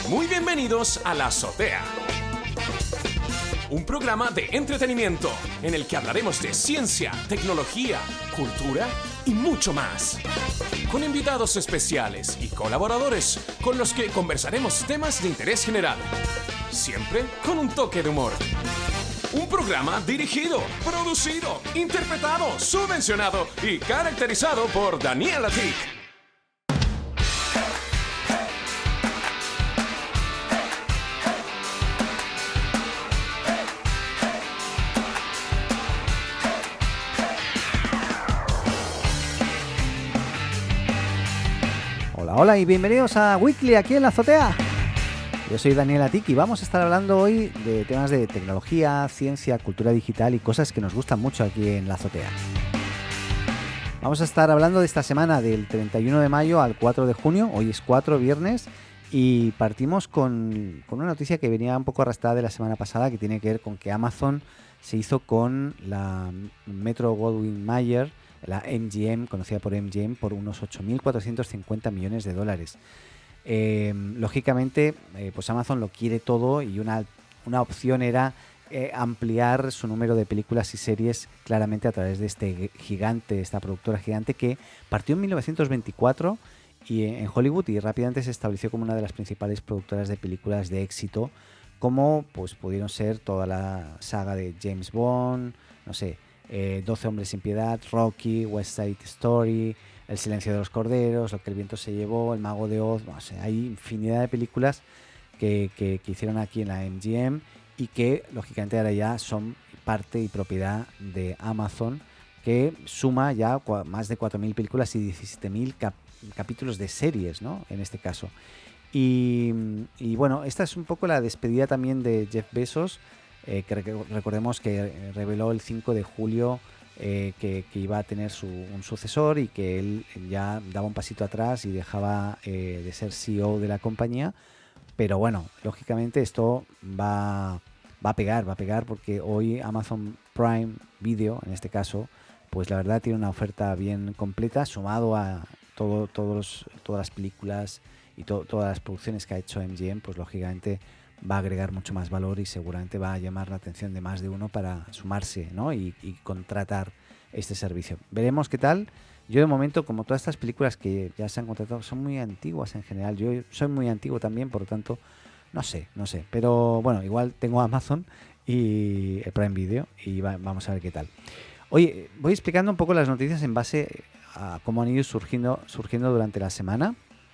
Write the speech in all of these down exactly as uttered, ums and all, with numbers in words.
Muy bienvenidos a La Azotea, un programa de entretenimiento en el que hablaremos de ciencia, tecnología, cultura y mucho más, con invitados especiales y colaboradores con los que conversaremos temas de interés general, siempre con un toque de humor. Un programa dirigido, producido, interpretado, subvencionado y caracterizado por Daniel Atik. Hola, hola y bienvenidos a Weekly aquí en La Azotea. Yo soy Daniel Atik y vamos a estar hablando hoy de temas de tecnología, ciencia, cultura digital y cosas que nos gustan mucho aquí en La Azotea. Vamos a estar hablando de esta semana del treinta y uno de mayo al cuatro de junio, hoy es cuatro, viernes, y partimos con, con una noticia que venía un poco arrastrada de la semana pasada, que tiene que ver con que Amazon se hizo con la Metro-Goldwyn-Mayer, la M G M, conocida por M G M, por unos ocho mil cuatrocientos cincuenta millones de dólares. Eh, lógicamente, eh, pues Amazon lo quiere todo y una, una opción era eh, ampliar su número de películas y series claramente a través de este gigante, esta productora gigante que partió en mil novecientos veinticuatro y, en Hollywood y rápidamente se estableció como una de las principales productoras de películas de éxito, como pues pudieron ser toda la saga de James Bond, no sé, eh, doce hombres sin piedad, Rocky, West Side Story, El silencio de los corderos, Lo que el viento se llevó, El mago de Oz. No sé, hay infinidad de películas que, que, que hicieron aquí en la M G M y que lógicamente ahora ya son parte y propiedad de Amazon, que suma ya más de cuatro mil películas y diecisiete mil cap capítulos de series, ¿no? En este caso. Y, y bueno, esta es un poco la despedida también de Jeff Bezos, eh, que recordemos que reveló el cinco de julio Eh, que, que iba a tener su, un sucesor y que él ya daba un pasito atrás y dejaba eh, de ser C E O de la compañía. Pero bueno, lógicamente esto va, va a pegar, va a pegar porque hoy Amazon Prime Video, en este caso, pues la verdad tiene una oferta bien completa, sumado a todo, todos, todas las películas y to, todas las producciones que ha hecho M G M, pues lógicamente va a agregar mucho más valor y seguramente va a llamar la atención de más de uno para sumarse, ¿no? y, y contratar este servicio. Veremos qué tal. Yo de momento, como todas estas películas que ya se han contratado son muy antiguas en general, yo soy muy antiguo también, por lo tanto, no sé, no sé. Pero bueno, igual tengo Amazon y el Prime Video y va, vamos a ver qué tal. Oye, voy explicando un poco las noticias en base a cómo han ido surgiendo, surgiendo durante la semana.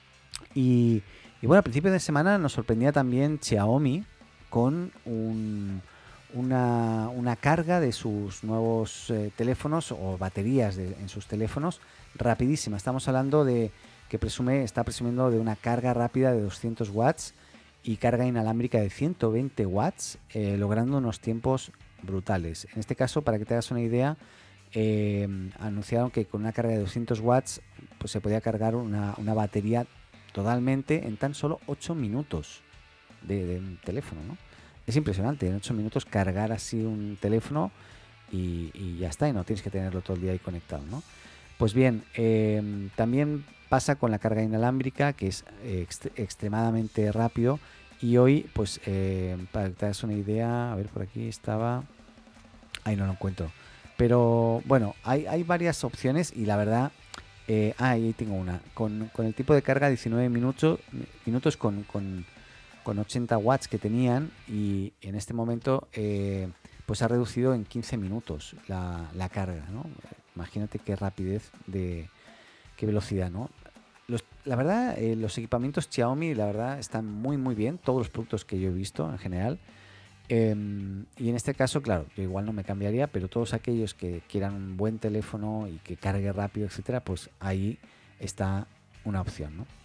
Y... Y bueno, a principio de semana nos sorprendía también Xiaomi con un, una, una carga de sus nuevos eh, teléfonos o baterías de, en sus teléfonos rapidísima. Estamos hablando de que presume, está presumiendo de una carga rápida de doscientos watts y carga inalámbrica de ciento veinte watts, eh, logrando unos tiempos brutales. En este caso, para que te hagas una idea, eh, anunciaron que con una carga de doscientos watts pues se podía cargar una, una batería totalmente en tan solo ocho minutos de, de un teléfono, ¿no? Es impresionante, en ocho minutos cargar así un teléfono y, y ya está, y no tienes que tenerlo todo el día ahí conectado, ¿no? Pues bien, eh, también pasa con la carga inalámbrica, que es eh, ext extremadamente rápido, y hoy, pues, eh, para que te hagas una idea, a ver, por aquí estaba, ahí no lo encuentro, pero bueno, hay, hay varias opciones y la verdad... Eh, ah, ahí tengo una. Con, con el tipo de carga diecinueve minutos, minutos con, con, con ochenta watts que tenían y en este momento eh, pues ha reducido en quince minutos la, la carga, ¿no? Imagínate qué rapidez, de qué velocidad, ¿no? Los, la verdad, eh, los equipamientos Xiaomi, la verdad, están muy muy bien. Todos los productos que yo he visto en general. Eh, y en este caso, claro, yo igual no me cambiaría, pero todos aquellos que quieran un buen teléfono y que cargue rápido, etcétera, pues ahí está una opción, ¿no?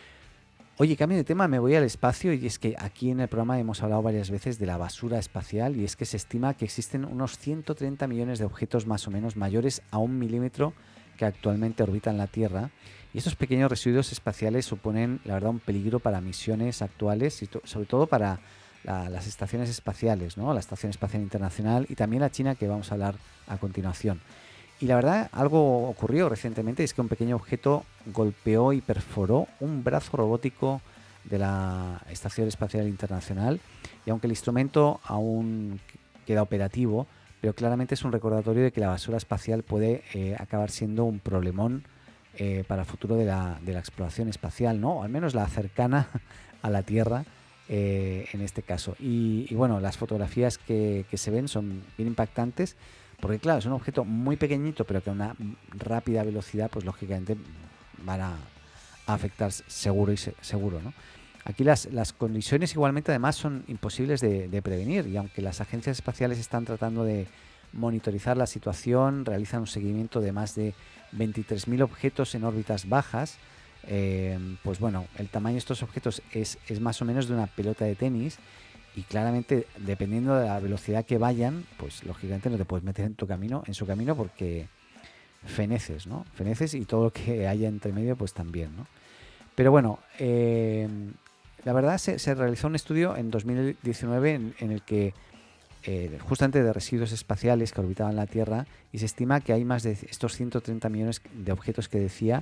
Oye, cambio de tema, me voy al espacio y es que aquí en el programa hemos hablado varias veces de la basura espacial y es que se estima que existen unos ciento treinta millones de objetos más o menos mayores a un milímetro que actualmente orbitan la Tierra y estos pequeños residuos espaciales suponen, la verdad, un peligro para misiones actuales y to- sobre todo para La, las estaciones espaciales, ¿no? La Estación Espacial Internacional y también la China, que vamos a hablar a continuación. Y la verdad, algo ocurrió recientemente, es que un pequeño objeto golpeó y perforó un brazo robótico de la Estación Espacial Internacional, y aunque el instrumento aún queda operativo, pero claramente es un recordatorio de que la basura espacial puede eh, acabar siendo un problemón eh, para el futuro de la, de la exploración espacial, ¿no? O al menos la cercana a la Tierra eh, en este caso. Y, y bueno, las fotografías que, que se ven son bien impactantes, porque claro, es un objeto muy pequeñito, pero que a una rápida velocidad, pues lógicamente van a, a afectar seguro y se, seguro, ¿no? Aquí las, las condiciones igualmente además son imposibles de, de prevenir, y aunque las agencias espaciales están tratando de monitorizar la situación, realizan un seguimiento de más de veintitrés mil objetos en órbitas bajas, eh, pues bueno, el tamaño de estos objetos es, es más o menos de una pelota de tenis, y claramente dependiendo de la velocidad que vayan, pues lógicamente no te puedes meter en tu camino, en su camino, porque feneces, ¿no? Feneces, y todo lo que haya entre medio, pues también, ¿no? Pero bueno, eh, la verdad se, se realizó un estudio en dos mil diecinueve en, en el que eh, justamente de residuos espaciales que orbitaban la Tierra, y se estima que hay más de estos ciento treinta millones de objetos que decía,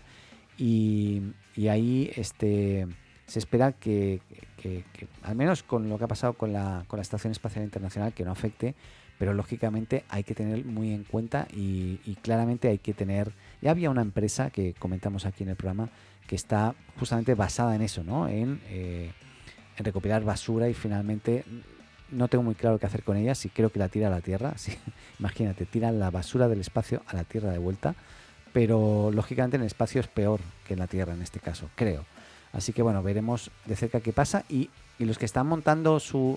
y, y ahí este, se espera que, que, que, al menos con lo que ha pasado con la, con la Estación Espacial Internacional, que no afecte, pero lógicamente hay que tener muy en cuenta, y, y claramente hay que tener... Ya había una empresa que comentamos aquí en el programa que está justamente basada en eso, ¿no? En, eh, en recopilar basura, y finalmente no tengo muy claro qué hacer con ella, si creo que la tira a la Tierra, sí, imagínate, tiran la basura del espacio a la Tierra de vuelta, pero lógicamente en el espacio es peor que en la Tierra en este caso, creo. Así que bueno, veremos de cerca qué pasa, y, y los que están montando su,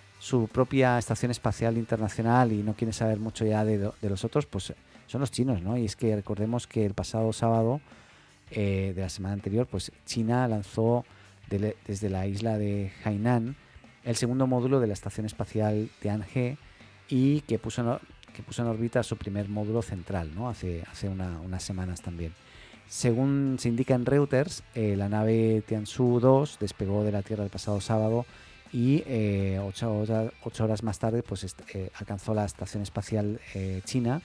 su propia Estación Espacial Internacional y no quieren saber mucho ya de, de los otros, pues son los chinos, ¿no? Y es que recordemos que el pasado sábado Eh, de la semana anterior, pues China lanzó de, desde la isla de Hainan el segundo módulo de la Estación Espacial Tianhe, y que puso en, que puso en órbita su primer módulo central, ¿no? Hace, hace una, unas semanas también. Según se indica en Reuters, eh, la nave Tianzhou dos despegó de la Tierra el pasado sábado, y eh, ocho, horas, ocho horas más tarde pues eh, alcanzó la Estación Espacial eh, China,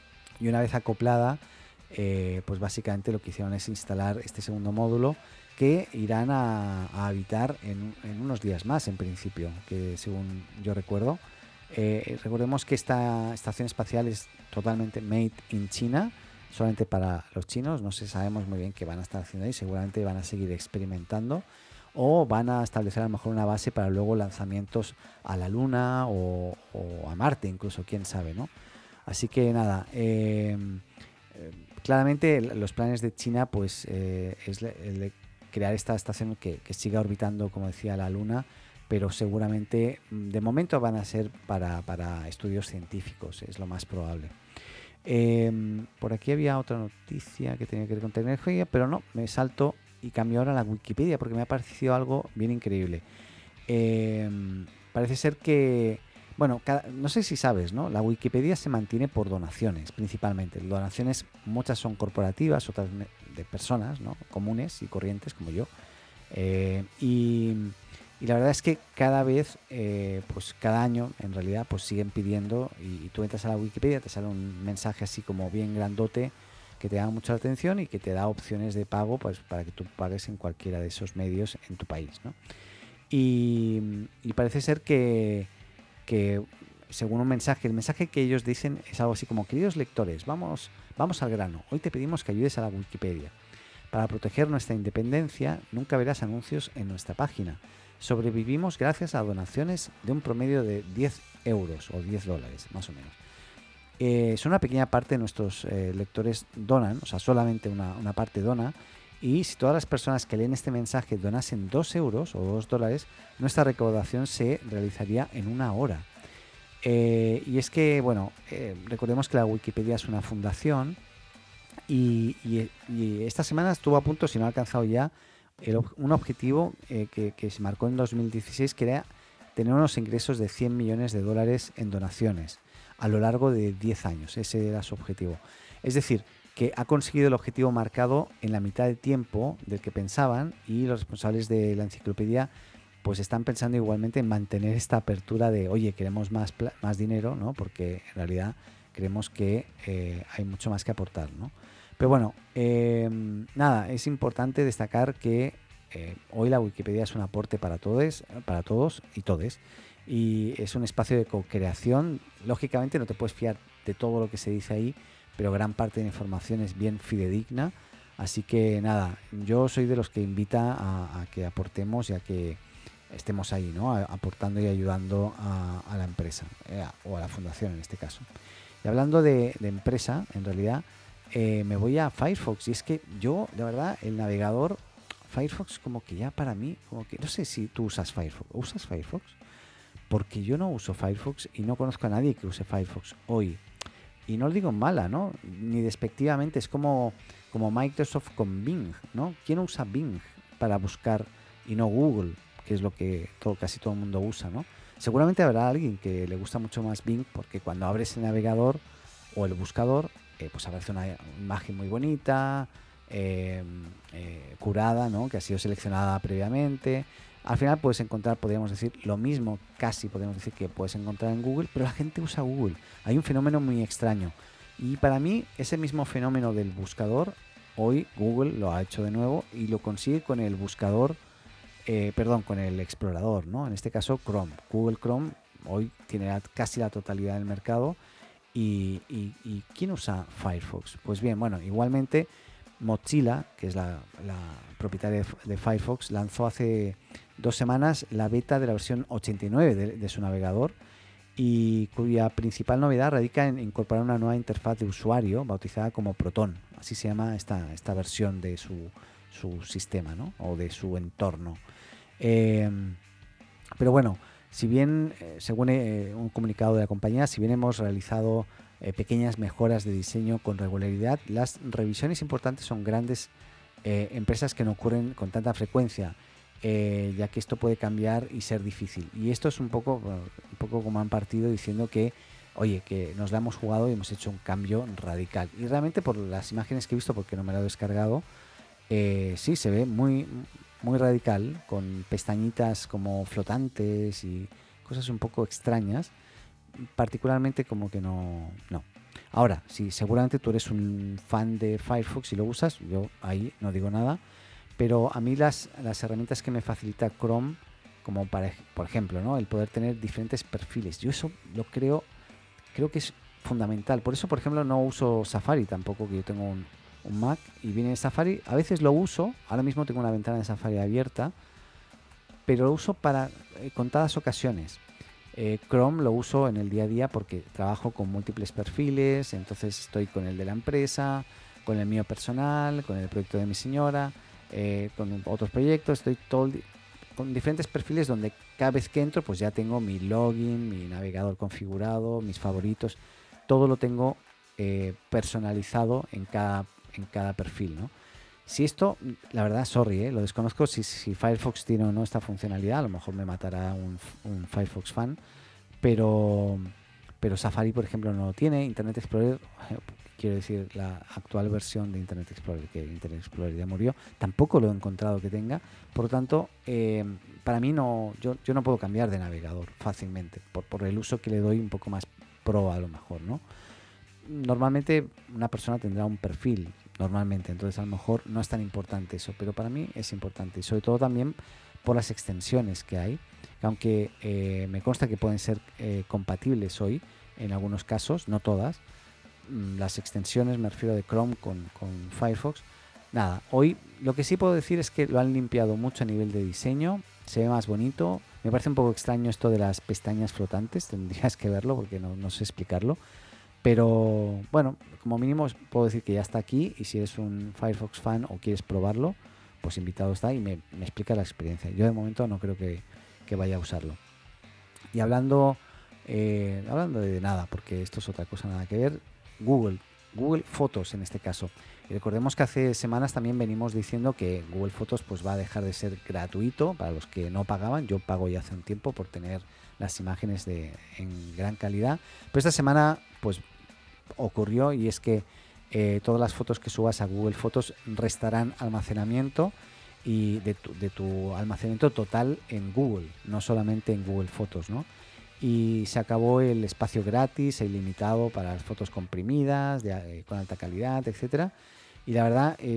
y una vez acoplada, Eh, pues básicamente lo que hicieron es instalar este segundo módulo, que irán a, a habitar en, en unos días más en principio, que según yo recuerdo. Eh, recordemos que esta estación espacial es totalmente made in China, solamente para los chinos. No sé, sabemos muy bien qué van a estar haciendo ahí, seguramente van a seguir experimentando, o van a establecer a lo mejor una base para luego lanzamientos a la Luna o, o a Marte incluso, quién sabe, ¿no? Así que nada, eh, eh, claramente los planes de China pues eh, es el de crear esta estación que, que siga orbitando, como decía, la Luna, pero seguramente de momento van a ser para, para estudios científicos, es lo más probable. Eh, por aquí había otra noticia que tenía que ver con tecnología, pero no, me salto y cambio ahora a la Wikipedia porque me ha parecido algo bien increíble. Eh, parece ser que, bueno, cada, no sé si sabes, ¿no? La Wikipedia se mantiene por donaciones principalmente. Donaciones, muchas son corporativas, otras de personas, ¿no? Comunes y corrientes como yo. Eh, y, y la verdad es que cada vez, eh, pues cada año en realidad, pues siguen pidiendo, y, y tú entras a la Wikipedia, te sale un mensaje así como bien grandote que te llama mucho la atención y que te da opciones de pago, pues para que tú pagues en cualquiera de esos medios en tu país, ¿no? Y, y parece ser que que según un mensaje, el mensaje que ellos dicen es algo así como: queridos lectores, vamos, vamos al grano, hoy te pedimos que ayudes a la Wikipedia. Para proteger nuestra independencia, nunca verás anuncios en nuestra página. Sobrevivimos gracias a donaciones de un promedio de diez euros o diez dólares, más o menos. Eh, son una pequeña parte de nuestros eh, lectores donan, o sea, solamente una, una parte dona, y si todas las personas que leen este mensaje donasen dos euros o dos dólares, nuestra recaudación se realizaría en una hora. Eh, y es que, bueno, eh, recordemos que la Wikipedia es una fundación, y, y, y esta semana estuvo a punto, si no ha alcanzado ya, el, un objetivo eh, que, que se marcó en dos mil dieciséis, que era tener unos ingresos de cien millones de dólares en donaciones a lo largo de diez años. Ese era su objetivo. Es decir, que ha conseguido el objetivo marcado en la mitad de tiempo del que pensaban, y los responsables de la enciclopedia pues están pensando igualmente en mantener esta apertura de, oye, queremos más, más dinero, ¿no? Porque en realidad creemos que eh, hay mucho más que aportar, ¿no? Pero bueno, eh, nada, es importante destacar que eh, hoy la Wikipedia es un aporte para todos, para todos y todes, y es un espacio de co-creación. Lógicamente no te puedes fiar de todo lo que se dice ahí, pero gran parte de la información es bien fidedigna. Así que nada, yo soy de los que invita a, a que aportemos y a que estemos ahí, ¿no? A, aportando y ayudando a, a la empresa, eh, o a la fundación en este caso. Y hablando de, de empresa, en realidad eh, me voy a Firefox, y es que yo, de verdad, el navegador Firefox como que ya para mí, como que no sé si tú usas Firefox. ¿Usas Firefox? Porque yo no uso Firefox y no conozco a nadie que use Firefox hoy. Y no lo digo mala, ¿no? Ni despectivamente, es como, como Microsoft con Bing, ¿no? ¿Quién usa Bing para buscar y no Google, que es lo que todo, casi todo el mundo usa, ¿no? Seguramente habrá alguien que le gusta mucho más Bing porque cuando abres el navegador o el buscador, eh, pues aparece una imagen muy bonita, eh, eh, curada, ¿no? Que ha sido seleccionada previamente. Al final puedes encontrar, podríamos decir, lo mismo, casi podemos decir que puedes encontrar en Google, pero la gente usa Google. Hay un fenómeno muy extraño. Y para mí, ese mismo fenómeno del buscador, hoy Google lo ha hecho de nuevo y lo consigue con el buscador, eh, perdón, con el explorador, ¿no? En este caso, Chrome. Google Chrome hoy tiene la, casi la totalidad del mercado. Y, y, ¿Y quién usa Firefox? Pues bien, bueno, igualmente Mozilla, que es la, la propietaria de, de Firefox, lanzó hace dos semanas la beta de la versión ochenta y nueve de, de su navegador, y cuya principal novedad radica en incorporar una nueva interfaz de usuario bautizada como Proton. Así se llama esta, esta versión de su, su sistema, ¿no? O de su entorno. Eh, pero bueno, si bien, eh, según eh, un comunicado de la compañía, si bien hemos realizado eh, pequeñas mejoras de diseño con regularidad, las revisiones importantes son grandes eh, empresas que no ocurren con tanta frecuencia, eh, ya que esto puede cambiar y ser difícil. Y esto es un poco, bueno, un poco como han partido diciendo que, oye, que nos la hemos jugado y hemos hecho un cambio radical. Y realmente por las imágenes que he visto, porque no me lo he descargado, eh, sí, se ve muy... muy radical, con pestañitas como flotantes y cosas un poco extrañas, particularmente como que no, no. Ahora, si seguramente tú eres un fan de Firefox y lo usas, yo ahí no digo nada, pero a mí las, las herramientas que me facilita Chrome, como para, por ejemplo, ¿no? El poder tener diferentes perfiles, yo eso lo creo, creo que es fundamental. Por eso, por ejemplo, no uso Safari tampoco, que yo tengo un un Mac y viene en Safari. A veces lo uso, ahora mismo tengo una ventana de Safari abierta, pero lo uso para eh, contadas ocasiones. eh, Chrome lo uso en el día a día porque trabajo con múltiples perfiles, entonces estoy con el de la empresa, con el mío personal, con el proyecto de mi señora, eh, con otros proyectos, estoy todo el con diferentes perfiles donde cada vez que entro pues ya tengo mi login, mi navegador configurado, mis favoritos, todo lo tengo eh, personalizado en cada en cada perfil, ¿no? Si esto, la verdad, sorry, ¿eh? Lo desconozco si, si Firefox tiene o no esta funcionalidad, a lo mejor me matará un, un Firefox fan, pero, pero Safari, por ejemplo, no lo tiene. Internet Explorer, quiero decir, la actual versión de Internet Explorer, que Internet Explorer ya murió, tampoco lo he encontrado que tenga. Por lo tanto, eh, para mí no, yo, yo no puedo cambiar de navegador fácilmente, por, por el uso que le doy un poco más pro a lo mejor, ¿no? Normalmente una persona tendrá un perfil, normalmente, entonces a lo mejor no es tan importante eso, pero para mí es importante, y sobre todo también por las extensiones que hay, que aunque eh, me consta que pueden ser eh, compatibles hoy en algunos casos, no todas, las extensiones, me refiero de Chrome con, con Firefox. Nada, hoy lo que sí puedo decir es que lo han limpiado mucho a nivel de diseño, se ve más bonito. Me parece un poco extraño esto de las pestañas flotantes, tendrías que verlo porque no, no sé explicarlo. Pero bueno, como mínimo puedo decir que ya está aquí, y si eres un Firefox fan o quieres probarlo, pues invitado está y me, me explica la experiencia. Yo de momento no creo que, que vaya a usarlo. Y hablando, eh, hablando de nada, porque esto es otra cosa, nada que ver, Google, Google Fotos en este caso. Y recordemos que hace semanas también venimos diciendo que Google Fotos pues va a dejar de ser gratuito para los que no pagaban. Yo pago ya hace un tiempo por tener las imágenes de, en gran calidad. Pero esta semana pues ocurrió, y es que eh, todas las fotos que subas a Google Fotos restarán almacenamiento y de tu, de tu almacenamiento total en Google, no solamente en Google Fotos, ¿no? Y se acabó el espacio gratis e ilimitado para las fotos comprimidas, de, eh, con alta calidad, etcétera. Y la verdad es,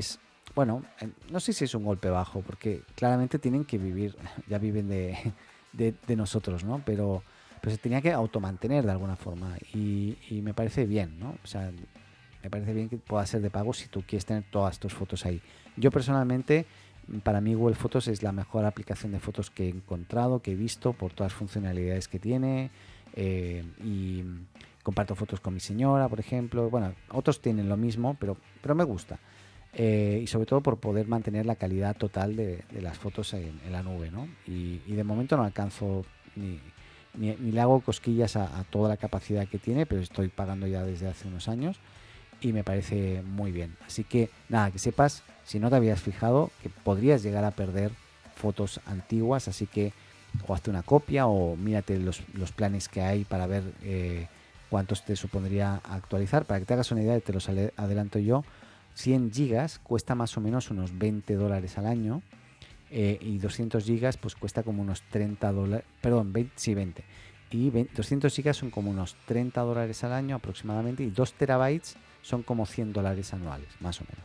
bueno, no sé si es un golpe bajo, porque claramente tienen que vivir, ya viven de, de, de nosotros, ¿no? Pero, pero se tenía que automantener de alguna forma y, y me parece bien, ¿no? O sea, me parece bien que pueda ser de pago si tú quieres tener todas tus fotos ahí. Yo personalmente, para mí Google Fotos es la mejor aplicación de fotos que he encontrado, que he visto, por todas las funcionalidades que tiene. Eh, y comparto fotos con mi señora, por ejemplo. Bueno, otros tienen lo mismo, pero, pero me gusta. Eh, y sobre todo por poder mantener la calidad total de, de las fotos en, en la nube, ¿no? Y, y de momento no alcanzo ni, ni, ni le hago cosquillas a, a toda la capacidad que tiene, pero estoy pagando ya desde hace unos años y me parece muy bien. Así que nada, que sepas, si no te habías fijado, que podrías llegar a perder fotos antiguas, así que o hazte una copia o mírate los, los planes que hay para ver eh, cuántos te supondría actualizar. Para que te hagas una idea, te los adelanto yo, cien gigas cuesta más o menos unos veinte dólares al año, eh, y doscientos gigas pues cuesta como unos treinta dólares, perdón, veinte, sí, veinte, y veinte, doscientos gigas son como unos treinta dólares al año aproximadamente, y dos terabytes son como cien dólares anuales, más o menos.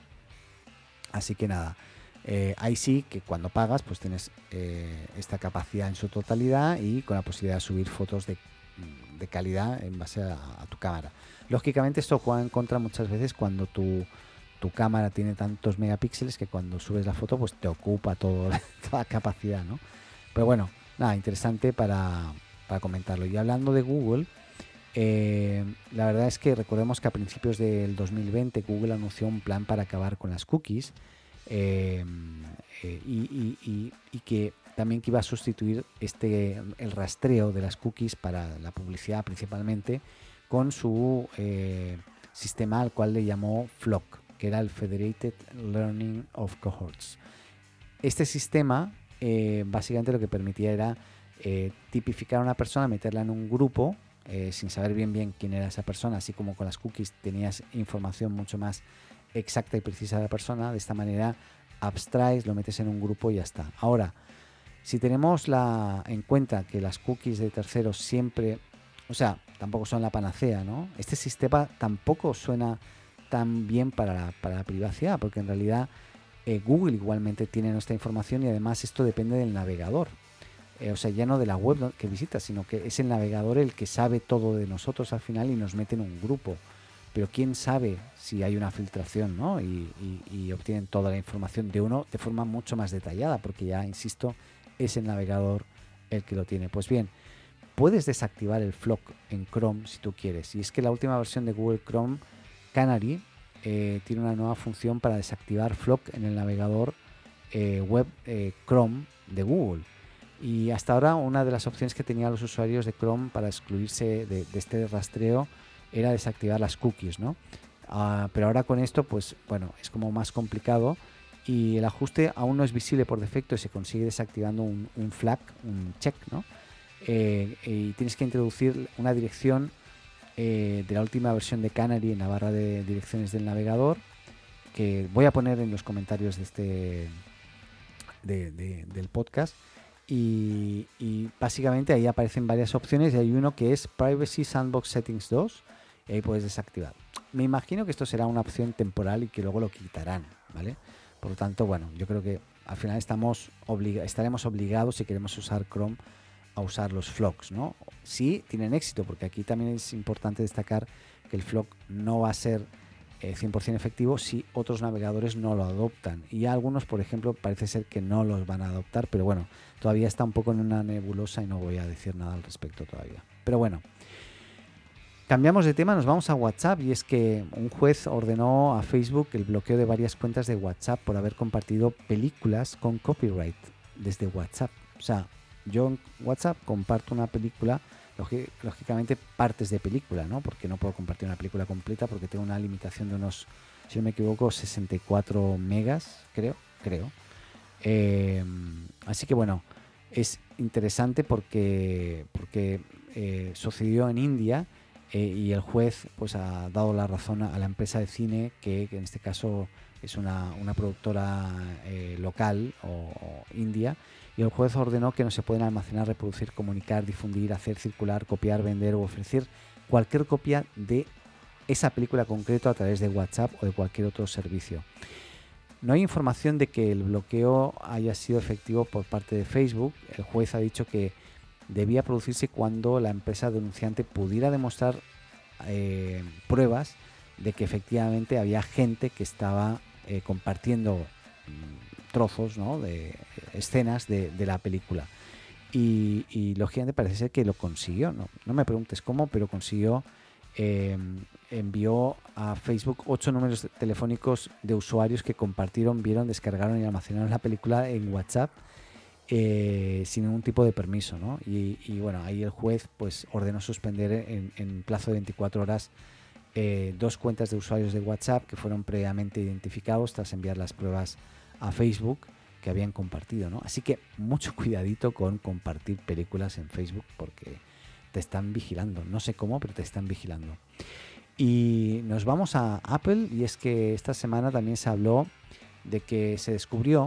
Así que nada, eh, ahí sí que cuando pagas pues tienes eh, esta capacidad en su totalidad y con la posibilidad de subir fotos de, de calidad en base a, a tu cámara. Lógicamente esto juega en contra muchas veces cuando tu, tu cámara tiene tantos megapíxeles que cuando subes la foto pues te ocupa todo, toda la capacidad, ¿no? Pero bueno, nada, interesante para, para comentarlo. Y hablando de Google, Eh, la verdad es que recordemos que a principios del dos mil veinte Google anunció un plan para acabar con las cookies, eh, eh, y, y, y, y que también que iba a sustituir este el rastreo de las cookies para la publicidad principalmente con su eh, sistema al cual le llamó Flock, que era el Federated Learning of Cohorts. Este sistema eh, básicamente lo que permitía era eh, tipificar a una persona, meterla en un grupo Eh, sin saber bien bien quién era esa persona, así como con las cookies tenías información mucho más exacta y precisa de la persona. De esta manera abstraes, lo metes en un grupo y ya está. Ahora, si tenemos la, en cuenta que las cookies de terceros siempre, o sea, tampoco son la panacea, ¿no? Este sistema tampoco suena tan bien para la, para la privacidad, porque en realidad eh, Google igualmente tiene nuestra información y además esto depende del navegador. Eh, o sea, ya no de la web que visitas, sino que es el navegador el que sabe todo de nosotros al final y nos mete en un grupo. Pero quién sabe si hay una filtración, ¿no? Y, y, y obtienen toda la información de uno de forma mucho más detallada, porque ya, insisto, es el navegador el que lo tiene. Pues bien, puedes desactivar el Flock en Chrome si tú quieres. Y es que la última versión de Google Chrome Canary eh, tiene una nueva función para desactivar Flock en el navegador eh, web eh, Chrome de Google. Y hasta ahora una de las opciones que tenían los usuarios de Chrome para excluirse de, de este rastreo era desactivar las cookies, ¿no? Uh, pero ahora con esto, pues bueno, es como más complicado y el ajuste aún no es visible por defecto y se consigue desactivando un, un flag, un check, ¿no? Eh, y tienes que introducir una dirección eh, de la última versión de Canary en la barra de direcciones del navegador, que voy a poner en los comentarios de este de, de, del podcast. Y, y básicamente ahí aparecen varias opciones y hay uno que es Privacy Sandbox Settings dos y ahí puedes desactivar. Me imagino que esto será una opción temporal y que luego lo quitarán, ¿vale? Por lo tanto, bueno, yo creo que al final estamos obliga- estaremos obligados, si queremos usar Chrome, a usar los flocks, ¿no? Sí, tienen éxito, porque aquí también es importante destacar que el flock no va a ser eh, cien por ciento efectivo si otros navegadores no lo adoptan. Y algunos, por ejemplo, parece ser que no los van a adoptar, pero bueno, todavía está un poco en una nebulosa y no voy a decir nada al respecto todavía. Pero bueno, cambiamos de tema, nos vamos a WhatsApp, y es que un juez ordenó a Facebook el bloqueo de varias cuentas de WhatsApp por haber compartido películas con copyright desde WhatsApp. O sea, yo en WhatsApp comparto una película, lógicamente partes de película, ¿no? Porque no puedo compartir una película completa porque tengo una limitación de unos, si no me equivoco, sesenta y cuatro megas, creo, creo. Eh, así que bueno, es interesante porque, porque eh, sucedió en India. Eh, y el juez pues ha dado la razón a la empresa de cine que, que en este caso es una, una productora eh, local o, o india, y el juez ordenó que no se pueden almacenar, reproducir, comunicar, difundir, hacer circular, copiar, vender o ofrecer cualquier copia de esa película concreto a través de WhatsApp o de cualquier otro servicio. No hay información de que el bloqueo haya sido efectivo por parte de Facebook. El juez ha dicho que debía producirse cuando la empresa denunciante pudiera demostrar eh, pruebas de que efectivamente había gente que estaba eh, compartiendo mmm, trozos, ¿no?, de escenas de, de la película. Y, y lógicamente parece ser que lo consiguió. No, no me preguntes cómo, pero consiguió. Eh, envió a Facebook ocho números telefónicos de usuarios que compartieron, vieron, descargaron y almacenaron la película en WhatsApp eh, sin ningún tipo de permiso, ¿no? Y, y bueno, ahí el juez pues ordenó suspender en, en plazo de veinticuatro horas eh, dos cuentas de usuarios de WhatsApp que fueron previamente identificados tras enviar las pruebas a Facebook que habían compartido, ¿no? Así que mucho cuidadito con compartir películas en Facebook porque te están vigilando. No sé cómo, pero te están vigilando. Y nos vamos a Apple, y es que esta semana también se habló de que se descubrió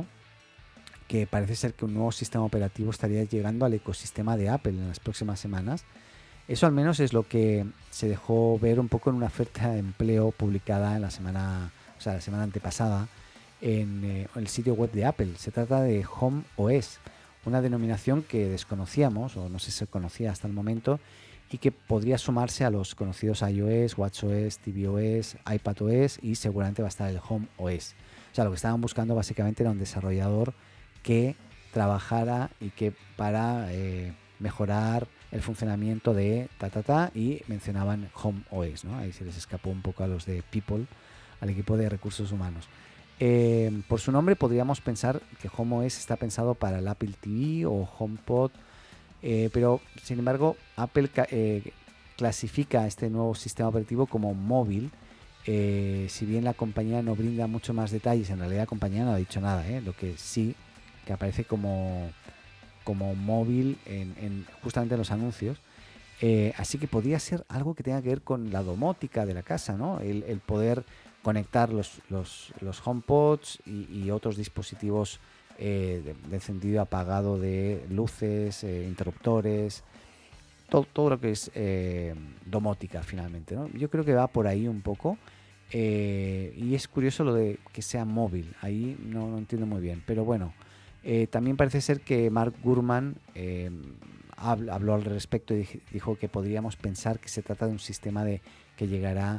que parece ser que un nuevo sistema operativo estaría llegando al ecosistema de Apple en las próximas semanas. Eso al menos es lo que se dejó ver un poco en una oferta de empleo publicada en la semana, o sea, la semana antepasada en eh, el sitio web de Apple. Se trata de Home O S, una denominación que desconocíamos, o no sé si se conocía hasta el momento, y que podría sumarse a los conocidos iOS, WatchOS, tvOS, iPadOS, y seguramente va a estar el Home O S. O sea, lo que estaban buscando básicamente era un desarrollador que trabajara y que para eh, mejorar el funcionamiento de ta ta ta, y mencionaban Home O S, ¿no? Ahí se les escapó un poco a los de People, al equipo de recursos humanos. Eh, por su nombre podríamos pensar que Home O S está pensado para el Apple T V o HomePod, eh, pero sin embargo Apple eh, clasifica este nuevo sistema operativo como móvil. Eh, si bien la compañía no brinda mucho más detalles, en realidad la compañía no ha dicho nada, ¿eh? Lo que sí que aparece como, como móvil en, en justamente en los anuncios. Eh, así que podría ser algo que tenga que ver con la domótica de la casa, ¿no? El, el poder conectar los, los, los HomePods y, y otros dispositivos eh, de, de encendido apagado de luces, eh, interruptores, todo, todo lo que es eh, domótica finalmente, ¿no? Yo creo que va por ahí un poco. Eh, y es curioso lo de que sea móvil, ahí no, no entiendo muy bien, pero bueno, eh, también parece ser que Mark Gurman eh, habló, habló al respecto y dijo que podríamos pensar que se trata de un sistema de que llegará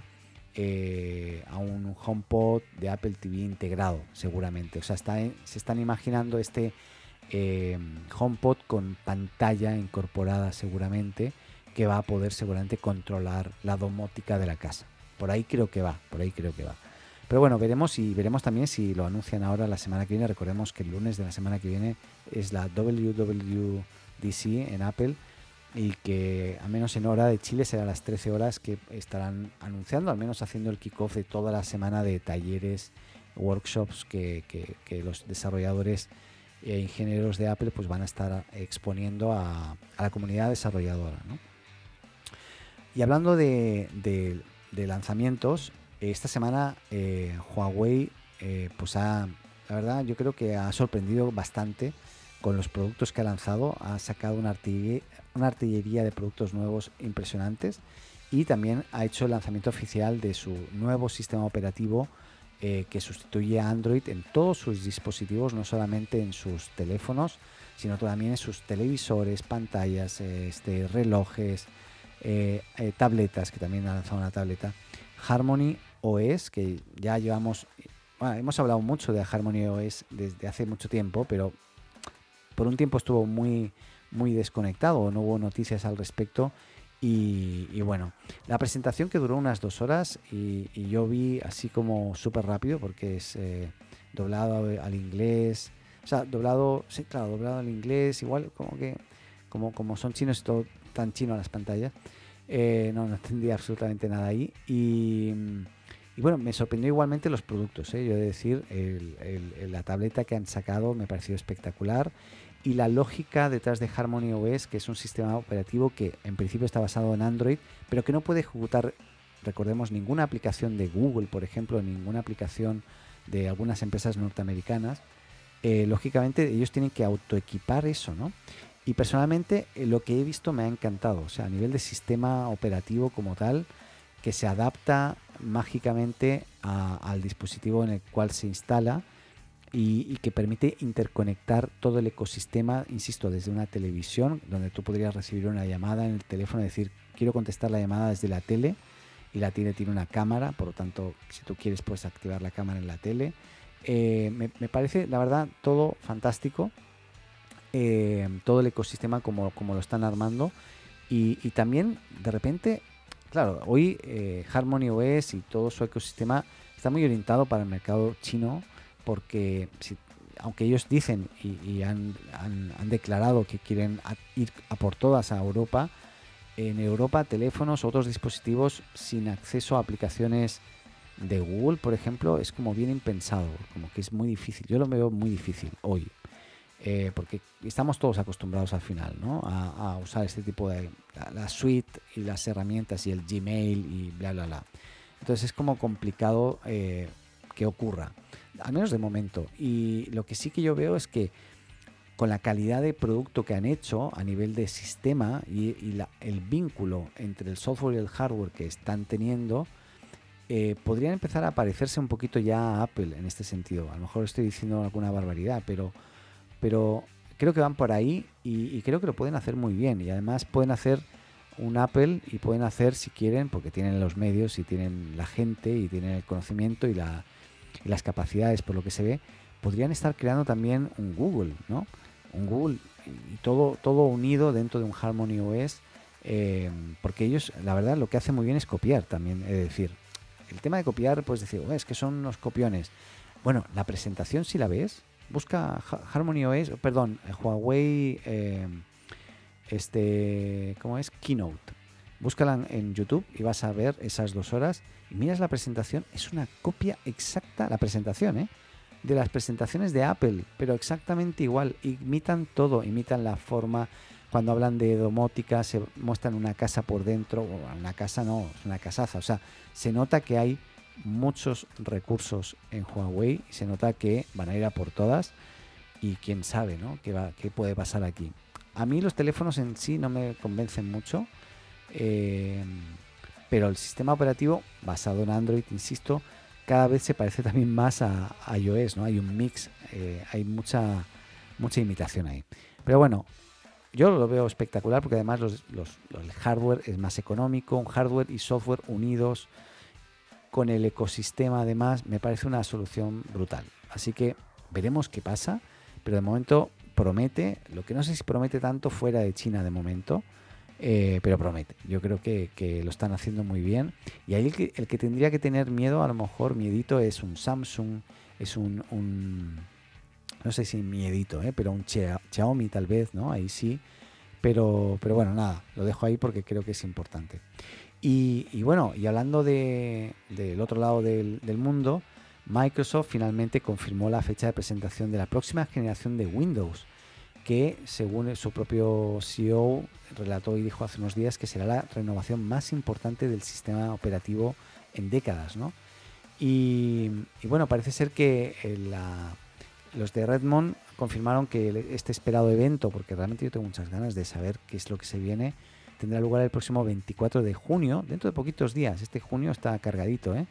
eh, a un HomePod de Apple T V integrado seguramente. O sea, está en, se están imaginando este eh, HomePod con pantalla incorporada seguramente, que va a poder seguramente controlar la domótica de la casa. Por ahí creo que va, por ahí creo que va. Pero bueno, veremos, y veremos también si lo anuncian ahora la semana que viene. Recordemos que el lunes de la semana que viene es la W W D C en Apple, y que al menos en hora de Chile será a las trece horas que estarán anunciando, al menos haciendo el kickoff de toda la semana de talleres, workshops que, que, que los desarrolladores e ingenieros de Apple pues van a estar exponiendo a, a la comunidad desarrolladora, ¿no? Y hablando de, de, de lanzamientos, esta semana eh, Huawei eh, pues ha, la verdad yo creo que ha sorprendido bastante con los productos que ha lanzado. Ha sacado una artillería, una artillería de productos nuevos impresionantes, y también ha hecho el lanzamiento oficial de su nuevo sistema operativo eh, que sustituye a Android en todos sus dispositivos, no solamente en sus teléfonos, sino también en sus televisores, pantallas, eh, este, relojes, eh, eh, tabletas, que también ha lanzado una tableta. Harmony O S, que ya llevamos, bueno, hemos hablado mucho de Harmony O S desde hace mucho tiempo, pero por un tiempo estuvo muy, muy desconectado, no hubo noticias al respecto. Y, y bueno, la presentación que duró unas dos horas, y, y yo vi así como súper rápido, porque es eh, doblado al inglés, o sea, doblado, sí, claro, doblado al inglés, igual como que, como, como son chinos y todo tan chino a las pantallas, eh, no, no entendía absolutamente nada ahí. Y, y bueno, me sorprendió igualmente los productos, ¿eh? Yo he de decir, el, el, la tableta que han sacado me pareció espectacular. Y la lógica detrás de Harmony O S, que es un sistema operativo que en principio está basado en Android, pero que no puede ejecutar, recordemos, ninguna aplicación de Google, por ejemplo, ninguna aplicación de algunas empresas norteamericanas. Eh, lógicamente ellos tienen que autoequipar eso, ¿no? Y personalmente eh, lo que he visto me ha encantado. O sea, a nivel de sistema operativo como tal, que se adapta mágicamente a, al dispositivo en el cual se instala, y, y que permite interconectar todo el ecosistema, insisto, desde una televisión, donde tú podrías recibir una llamada en el teléfono y decir, quiero contestar la llamada desde la tele, y la tele tiene una cámara, por lo tanto, si tú quieres puedes activar la cámara en la tele. Eh, me, me parece, la verdad, todo fantástico, eh, todo el ecosistema como, como lo están armando, y, y también, de repente, claro, hoy eh, Harmony O S y todo su ecosistema está muy orientado para el mercado chino, porque si, aunque ellos dicen y, y han, han, han declarado que quieren a, ir a por todas a Europa, en Europa teléfonos o otros dispositivos sin acceso a aplicaciones de Google, por ejemplo, es como bien impensado, como que es muy difícil. Yo lo veo muy difícil hoy, eh, porque estamos todos acostumbrados al final, ¿no? a, a usar este tipo de la, la suite y las herramientas y el Gmail y bla bla bla. Entonces es como complicado eh, que ocurra, al menos de momento. Y lo que sí que yo veo es que con la calidad de producto que han hecho a nivel de sistema y, y la, el vínculo entre el software y el hardware que están teniendo, eh, podrían empezar a parecerse un poquito ya a Apple en este sentido. A lo mejor estoy diciendo alguna barbaridad, pero, pero creo que van por ahí y, y creo que lo pueden hacer muy bien. Y además pueden hacer un Apple y pueden hacer, si quieren, porque tienen los medios y tienen la gente y tienen el conocimiento y, la, y las capacidades, por lo que se ve, podrían estar creando también un Google, ¿no? Un Google y todo, todo unido dentro de un Harmony O S, eh, porque ellos, la verdad, lo que hacen muy bien es copiar también. Es decir, el tema de copiar, pues decir, oh, es que son unos copiones. Bueno, la presentación, si la ves, busca Harmony O S, perdón, Huawei, eh, este, ¿cómo es? Keynote. Búscala en YouTube y vas a ver esas dos horas y miras la presentación, es una copia exacta, la presentación, ¿eh? de las presentaciones de Apple, pero exactamente igual. Imitan todo, imitan la forma. Cuando hablan de domótica se muestran una casa por dentro, o una casa no, es una casaza. O sea, se nota que hay muchos recursos en Huawei y se nota que van a ir a por todas y quién sabe, ¿no? qué, va, qué puede pasar aquí. A mí los teléfonos en sí no me convencen mucho, eh, pero el sistema operativo basado en Android, insisto, cada vez se parece también más a, a iOS, ¿no? Hay un mix, eh, hay mucha mucha imitación ahí. Pero bueno, yo lo veo espectacular porque además los, los, los, el hardware es más económico, un hardware y software unidos con el ecosistema además, me parece una solución brutal. Así que veremos qué pasa, pero de momento promete, lo que no sé si promete tanto fuera de China de momento, Eh, pero promete. Yo creo que, que lo están haciendo muy bien. Y ahí el que, el que tendría que tener miedo, a lo mejor miedito, es un Samsung, es un, un no sé si miedito, ¿eh? pero un Xiaomi tal vez, ¿no? Ahí sí. Pero, pero bueno, nada, lo dejo ahí porque creo que es importante. Y, y bueno, y hablando de, del otro lado del, del mundo, Microsoft finalmente confirmó la fecha de presentación de la próxima generación de Windows, que según su propio C E O relató y dijo hace unos días que será la renovación más importante del sistema operativo en décadas, ¿no? Y, y bueno, parece ser que la, los de Redmond confirmaron que este esperado evento, porque realmente yo tengo muchas ganas de saber qué es lo que se viene, tendrá lugar el próximo veinticuatro de junio, dentro de poquitos días. Este junio está cargadito, ¿eh?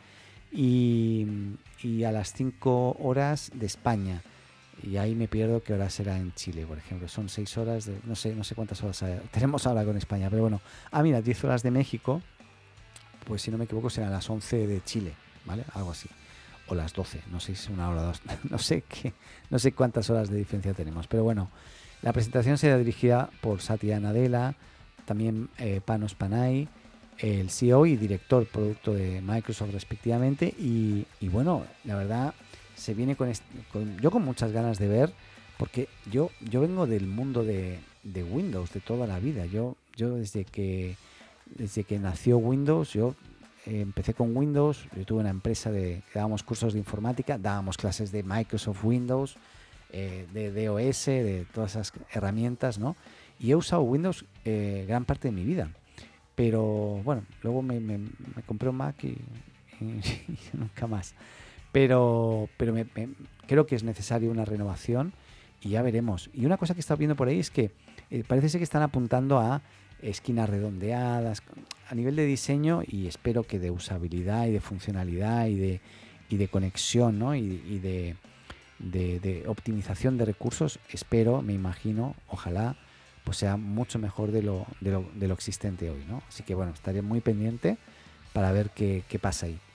Y, y a las cinco horas de España. Y ahí me pierdo qué hora será en Chile, por ejemplo. Son seis horas, de, no sé no sé cuántas horas hay, tenemos ahora con España, pero bueno. Ah, mira, diez horas de México, pues si no me equivoco serán las once de Chile, ¿vale? Algo así. O las doce, no sé si es una hora o dos, no sé qué, no sé cuántas horas de diferencia tenemos. Pero bueno, la presentación será dirigida por Satya Nadella, también eh, Panos Panay, el C E O y director producto de Microsoft respectivamente. Y, y bueno, la verdad... se viene con, con yo con muchas ganas de ver, porque yo yo vengo del mundo de, de Windows de toda la vida. Yo yo desde que desde que nació Windows, yo eh, empecé con Windows. Yo tuve una empresa de que dábamos cursos de informática, dábamos clases de Microsoft Windows, eh, de DOS, de todas esas herramientas, ¿no? Y he usado Windows eh, gran parte de mi vida. Pero bueno, luego me, me, me compré un Mac y, y, y nunca más. Pero, pero me, me, creo que es necesaria una renovación y ya veremos. Y una cosa que he estado viendo por ahí es que eh, parece ser que están apuntando a esquinas redondeadas a nivel de diseño y espero que de usabilidad y de funcionalidad y de, y de conexión, ¿no? y, y, de, de, de optimización de recursos, espero, me imagino, ojalá, pues sea mucho mejor de lo, de lo, de lo existente hoy, ¿no? Así que bueno, estaré muy pendiente para ver qué, qué pasa ahí.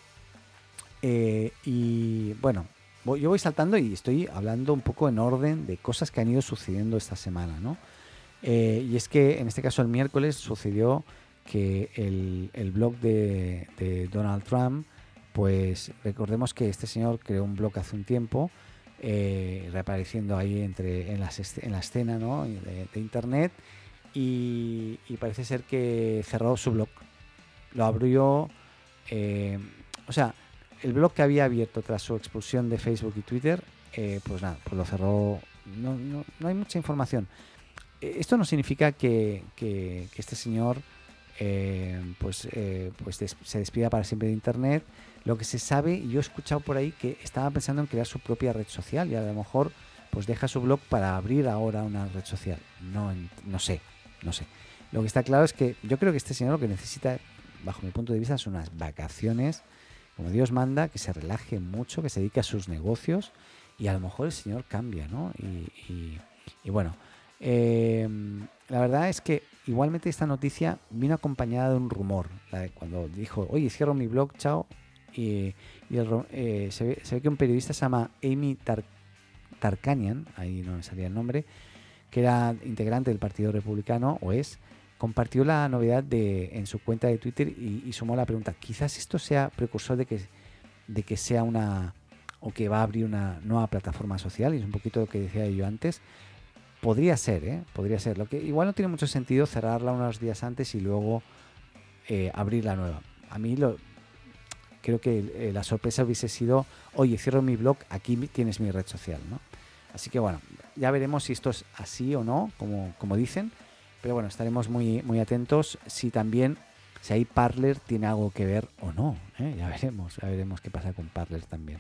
Eh, y bueno, voy, yo voy saltando y estoy hablando un poco en orden de cosas que han ido sucediendo esta semana, ¿no? Eh, y es que en este caso el miércoles sucedió que el, el blog de, de Donald Trump, pues recordemos que este señor creó un blog hace un tiempo, eh, reapareciendo ahí entre en, las, en la escena, ¿no? de, de internet, y, y parece ser que cerró su blog. Lo abrió, eh, o sea, el blog que había abierto tras su expulsión de Facebook y Twitter, eh, pues nada, pues lo cerró. No, no, no hay mucha información. Esto no significa que, que, que este señor eh, pues, eh, pues des, se despida para siempre de Internet. Lo que se sabe, y yo he escuchado por ahí que estaba pensando en crear su propia red social y a lo mejor pues deja su blog para abrir ahora una red social. No, no sé, no sé. Lo que está claro es que yo creo que este señor lo que necesita, bajo mi punto de vista, son unas vacaciones, como Dios manda, que se relaje mucho, que se dedique a sus negocios y a lo mejor el señor cambia, ¿no? Y, y, y bueno, eh, la verdad es que igualmente esta noticia vino acompañada de un rumor, la de cuando dijo, oye, cierro mi blog, chao, y, y el, eh, se, ve, se ve que un periodista se llama Amy Tar Tarkanian, ahí no me salía el nombre, que era integrante del Partido Republicano, o es, compartió la novedad de, en su cuenta de Twitter y, y sumó la pregunta, quizás esto sea precursor de que, de que sea una, o que va a abrir una nueva plataforma social, y es un poquito lo que decía yo antes. Podría ser, ¿eh? Podría ser. Lo que igual no tiene mucho sentido cerrarla unos días antes y luego eh, abrir la nueva. A mí lo, creo que eh, la sorpresa hubiese sido, oye, cierro mi blog, aquí tienes mi red social, ¿no? Así que bueno, ya veremos si esto es así o no, como, como dicen. Pero bueno, estaremos muy, muy atentos si también, si ahí Parler tiene algo que ver o no, ¿eh? Ya veremos, ya veremos qué pasa con Parler también.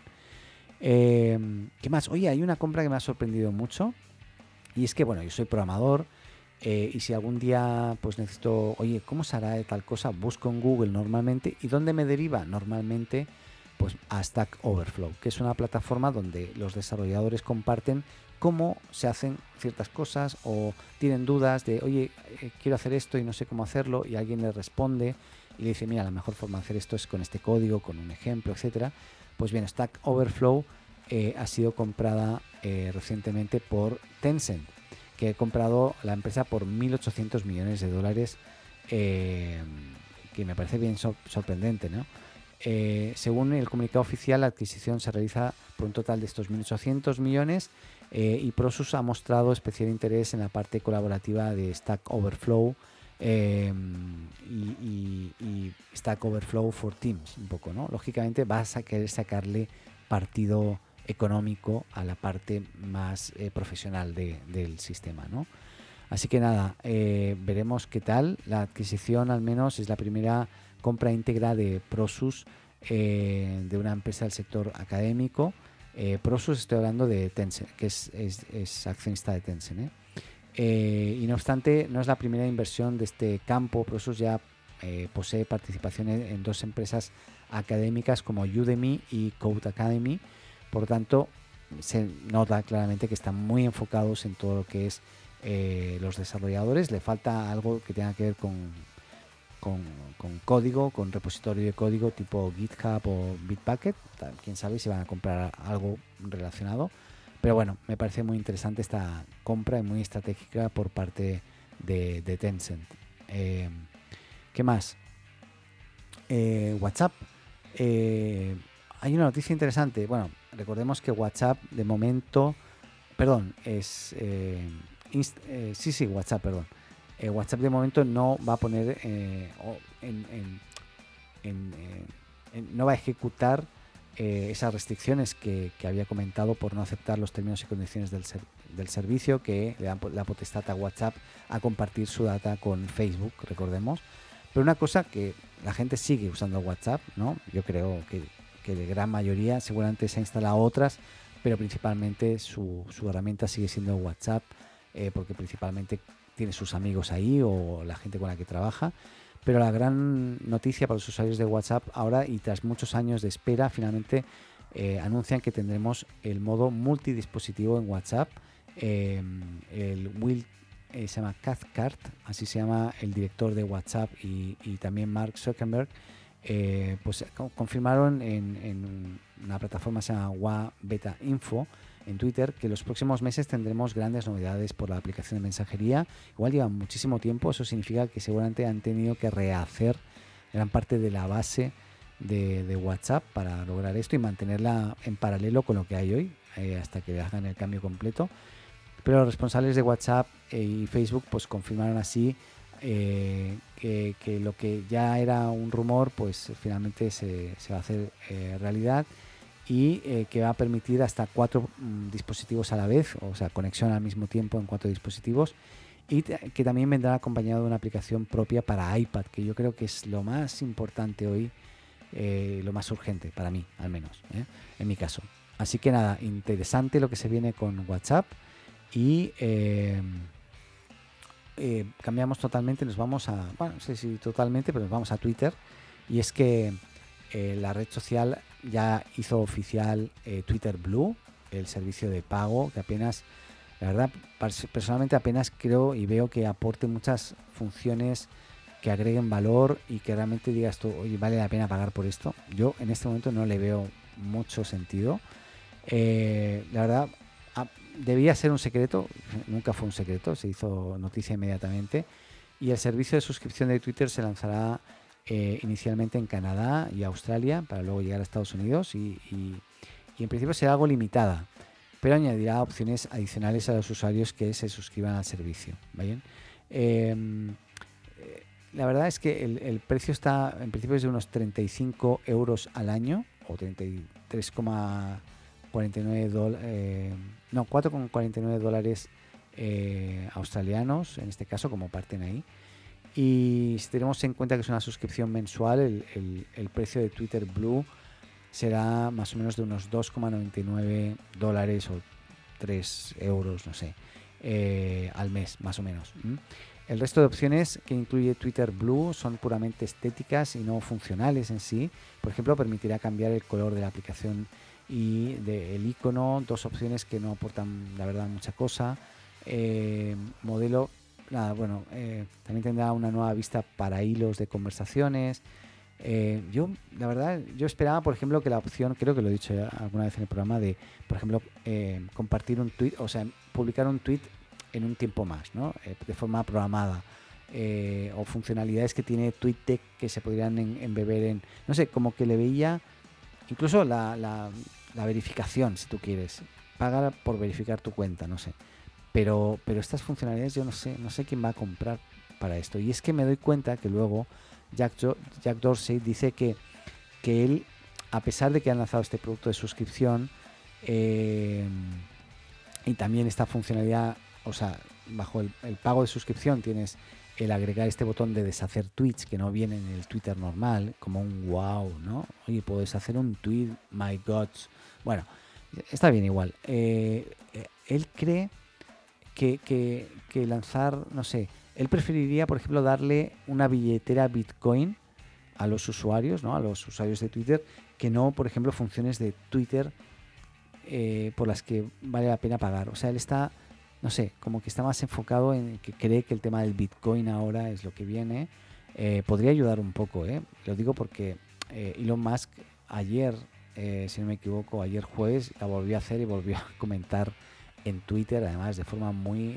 Eh, ¿Qué más? Oye, hay una compra que me ha sorprendido mucho. Y es que, bueno, yo soy programador eh, y si algún día pues necesito, oye, ¿cómo se hará tal cosa? Busco en Google normalmente. ¿Y dónde me deriva? Normalmente pues a Stack Overflow, que es una plataforma donde los desarrolladores comparten cómo se hacen ciertas cosas o tienen dudas de, oye, eh, quiero hacer esto y no sé cómo hacerlo, y alguien le responde y le dice, mira, la mejor forma de hacer esto es con este código, con un ejemplo, etcétera. Pues bien, Stack Overflow Eh, ha sido comprada eh, recientemente por Tencent, que ha comprado la empresa por mil ochocientos millones de dólares, eh, que me parece bien sor sorprendente, ¿no? Eh, según el comunicado oficial, la adquisición se realiza por un total de estos mil ochocientos millones eh, y Prosus ha mostrado especial interés en la parte colaborativa de Stack Overflow eh, y, y, y Stack Overflow for Teams, un poco, ¿no? Lógicamente vas a querer sacarle partido económico a la parte más eh, profesional de, del sistema, ¿no? Así que nada, eh, veremos qué tal. La adquisición al menos es la primera compra íntegra de Prosus, eh, de una empresa del sector académico. Eh, Prosus, estoy hablando de Tencent, que es, es, es accionista de Tencent, ¿eh? Eh, y no obstante, no es la primera inversión de este campo. Prosus ya eh, posee participación en, en dos empresas académicas como Udemy y Codecademy. Por tanto, se nota claramente que están muy enfocados en todo lo que es eh, los desarrolladores. Le falta algo que tenga que ver con, con, con código, con repositorio de código tipo GitHub o Bitbucket. Quién sabe si van a comprar algo relacionado. Pero bueno, me parece muy interesante esta compra y muy estratégica por parte de, de Tencent. Eh, ¿Qué más? Eh, WhatsApp. Eh, hay una noticia interesante. Bueno, recordemos que WhatsApp de momento, perdón, es eh, inst, eh, sí, sí, WhatsApp, perdón. Eh, WhatsApp de momento no va a poner, eh, en, en, en, eh, en, no va a ejecutar eh, esas restricciones que, que había comentado por no aceptar los términos y condiciones del, ser, del servicio, que le dan la potestad a WhatsApp a compartir su data con Facebook, recordemos. Pero una cosa que la gente sigue usando WhatsApp, ¿no? Yo creo que que de gran mayoría seguramente se ha instalado otras, pero principalmente su, su herramienta sigue siendo WhatsApp, eh, porque principalmente tiene sus amigos ahí o la gente con la que trabaja. Pero la gran noticia para los usuarios de WhatsApp ahora, y tras muchos años de espera, finalmente eh, anuncian que tendremos el modo multidispositivo en WhatsApp. Eh, el Will eh, se llama Cathcart, así se llama el director de WhatsApp, y, y también Mark Zuckerberg, eh, pues confirmaron en, en una plataforma que se llama WA Beta Info en Twitter que los próximos meses tendremos grandes novedades por la aplicación de mensajería. Igual llevan muchísimo tiempo, eso significa que seguramente han tenido que rehacer gran parte de la base de, de WhatsApp para lograr esto y mantenerla en paralelo con lo que hay hoy, eh, hasta que hagan el cambio completo. Pero los responsables de WhatsApp eh, y Facebook pues confirmaron así eh, que, que lo que ya era un rumor pues finalmente se, se va a hacer eh, realidad, y eh, que va a permitir hasta cuatro mm, dispositivos a la vez, o sea, conexión al mismo tiempo en cuatro dispositivos, y t- que también vendrá acompañado de una aplicación propia para iPad, que yo creo que es lo más importante hoy, eh, lo más urgente para mí, al menos, ¿eh? En mi caso. Así que nada, interesante lo que se viene con WhatsApp, y eh, eh, cambiamos totalmente, nos vamos a, bueno, no sé si totalmente, pero nos vamos a Twitter, y es que eh, la red social ya hizo oficial eh, Twitter Blue, el servicio de pago, que apenas, la verdad, personalmente apenas creo y veo que aporte muchas funciones que agreguen valor y que realmente digas tú, oye, vale la pena pagar por esto. Yo en este momento no le veo mucho sentido. Eh, la verdad, a, debía ser un secreto, nunca fue un secreto, se hizo noticia inmediatamente, y el servicio de suscripción de Twitter se lanzará eh, inicialmente en Canadá y Australia para luego llegar a Estados Unidos, y, y, y en principio será algo limitada, pero añadirá opciones adicionales a los usuarios que se suscriban al servicio. ¿Bien? Eh, la verdad es que el, el precio está en principio es de unos treinta y cinco euros al año, o treinta y tres coma cuarenta y nueve dólares, eh, no, cuatro coma cuarenta y nueve dólares eh, australianos, en este caso, como parten ahí. Y si tenemos en cuenta que es una suscripción mensual, el, el, el precio de Twitter Blue será más o menos de unos dos coma noventa y nueve dólares o tres euros, no sé, eh, al mes, más o menos. ¿Mm? El resto de opciones que incluye Twitter Blue son puramente estéticas y no funcionales en sí. Por ejemplo, permitirá cambiar el color de la aplicación y del icono, dos opciones que no aportan, la verdad, mucha cosa. Eh, modelo, nada, bueno, eh, también tendrá una nueva vista para hilos de conversaciones. Eh, yo, la verdad, yo esperaba, por ejemplo, que la opción, creo que lo he dicho ya alguna vez en el programa, de, por ejemplo, eh, compartir un tweet, o sea, publicar un tweet en un tiempo más, ¿no? Eh, de forma programada, eh, o funcionalidades que tiene TweetDeck que se podrían en, embeber en, no sé, como que le veía incluso la, la, la verificación, si tú quieres, pagar por verificar tu cuenta, no sé, pero pero estas funcionalidades yo no sé, no sé quién va a comprar para esto. Y es que me doy cuenta que luego Jack, jo- Jack Dorsey dice que, que él, a pesar de que han lanzado este producto de suscripción, eh, y también esta funcionalidad, o sea, bajo el, el pago de suscripción tienes el agregar este botón de deshacer tweets que no viene en el Twitter normal, como un wow, ¿no? Oye, puedo deshacer un tweet, my God. Bueno, está bien igual. Eh, eh, él cree que, que, que lanzar, no sé, él preferiría, por ejemplo, darle una billetera Bitcoin a los usuarios, ¿no? A los usuarios de Twitter, que no, por ejemplo, funciones de Twitter eh, por las que vale la pena pagar. O sea, él está, no sé, como que está más enfocado en que cree que el tema del Bitcoin ahora es lo que viene. Eh, podría ayudar un poco, ¿eh? Lo digo porque eh, Elon Musk ayer, eh, si no me equivoco, ayer jueves, la volvió a hacer y volvió a comentar en Twitter, además de forma muy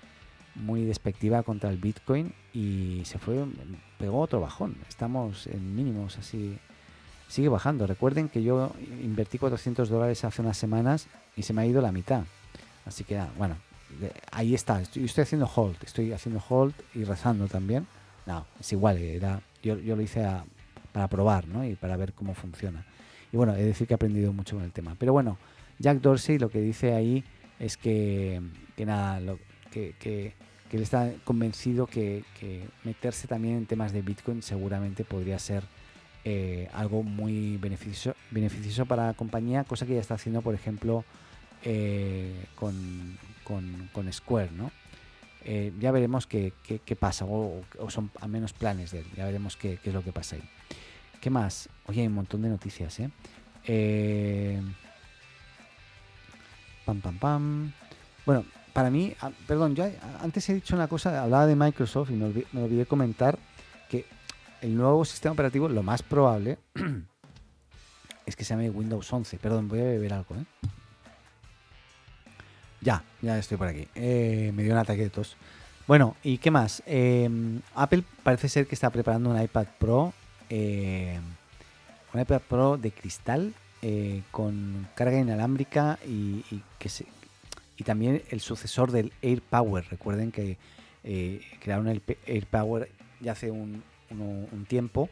muy despectiva contra el Bitcoin, y se fue, pegó otro bajón. Estamos en mínimos, así sigue bajando. Recuerden que yo invertí cuatrocientos dólares hace unas semanas y se me ha ido la mitad, así que bueno, ahí está. Estoy, estoy haciendo hold, estoy haciendo hold y rezando también. No, es igual, era, yo, yo lo hice a, para probar, ¿no? Y para ver cómo funciona. Y bueno, he de decir que he aprendido mucho con el tema. Pero bueno, Jack Dorsey lo que dice ahí es que, que nada, lo, que, que, que él está convencido que, que meterse también en temas de Bitcoin seguramente podría ser eh, algo muy beneficioso, beneficioso para la compañía, cosa que ya está haciendo, por ejemplo, eh, con, con, con Square, ¿no? Eh, ya veremos qué, qué, qué pasa, o, o son al menos planes de él, ya veremos qué, qué es lo que pasa ahí. ¿Qué más? Oye, hay un montón de noticias, ¿eh? Eh, pam, pam, pam. Bueno, para mí, ah, perdón, yo antes he dicho una cosa, hablaba de Microsoft y me olvidé, me olvidé comentar que el nuevo sistema operativo, lo más probable, es que se llame Windows once. Perdón, voy a beber algo, ¿eh? Ya, ya estoy por aquí. Eh, me dio un ataque de tos. Bueno, ¿y qué más? Eh, Apple parece ser que está preparando un iPad Pro, eh, un iPad Pro de cristal eh, con carga inalámbrica y, y que se, y también el sucesor del AirPower. Recuerden que eh, crearon el AirPower ya hace un, un, un tiempo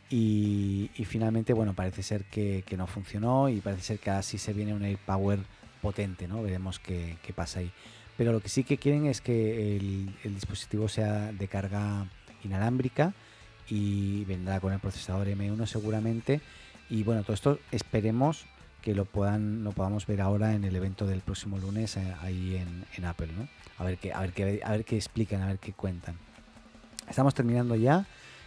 y, y finalmente, bueno, parece ser que, que no funcionó y parece ser que así se viene un AirPower potente, ¿no? Veremos qué, qué pasa ahí. Pero lo que sí que quieren es que el, el dispositivo sea de carga inalámbrica y vendrá con el procesador eme uno seguramente. Y bueno, todo esto esperemos que lo puedan lo podamos ver ahora en el evento del próximo lunes eh, ahí en, en Apple, ¿no? A ver qué a ver qué a ver qué explican, a ver qué cuentan. Estamos terminando ya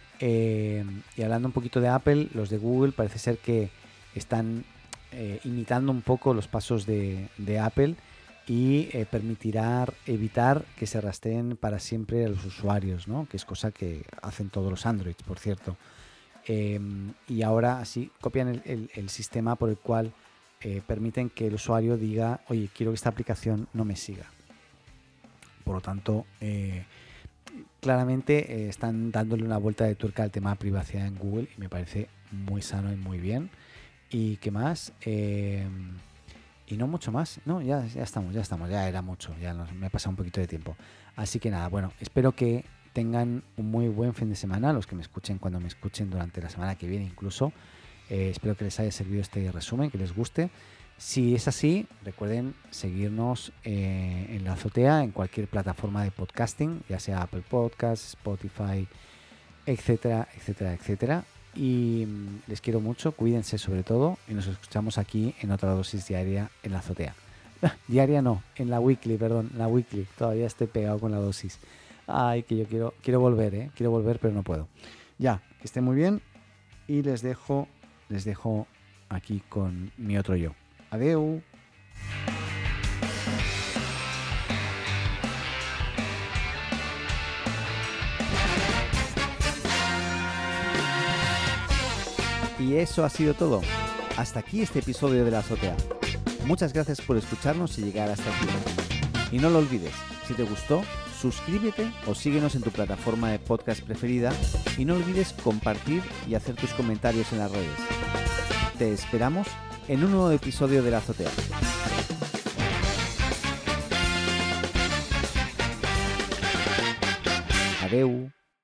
eh, y hablando un poquito de Apple, los de Google parece ser que están eh, imitando un poco los pasos de, de Apple y eh, permitirá evitar que se rastreen para siempre a los usuarios, ¿no? Que es cosa que hacen todos los Androids, por cierto. Eh, y ahora así copian el, el, el sistema por el cual eh, permiten que el usuario diga, oye, quiero que esta aplicación no me siga. Por lo tanto, eh, claramente eh, están dándole una vuelta de tuerca al tema de privacidad en Google y me parece muy sano y muy bien. ¿Y qué más? Eh, y no mucho más. No, ya, ya estamos, ya estamos. Ya era mucho. Ya nos, me ha pasado un poquito de tiempo. Así que nada, bueno, espero que tengan un muy buen fin de semana. Los que me escuchen cuando me escuchen durante la semana que viene incluso. Eh, espero que les haya servido este resumen, que les guste. Si es así, recuerden seguirnos eh, en La Azotea, en cualquier plataforma de podcasting, ya sea Apple Podcasts, Spotify, etcétera, etcétera, etcétera. Y les quiero mucho, cuídense sobre todo y nos escuchamos aquí en otra dosis diaria en La Azotea. Diaria no, en la weekly, perdón, la weekly. Todavía estoy pegado con la dosis. Ay, que yo quiero, quiero volver, ¿eh? Quiero volver, pero no puedo. Ya, que estén muy bien y les dejo, les dejo aquí con mi otro yo. Adeu. Y eso ha sido todo. Hasta aquí este episodio de La Azotea. Muchas gracias por escucharnos y llegar hasta aquí. Y no lo olvides, si te gustó, suscríbete o síguenos en tu plataforma de podcast preferida y no olvides compartir y hacer tus comentarios en las redes. Te esperamos en un nuevo episodio de La Azotea. Adeu.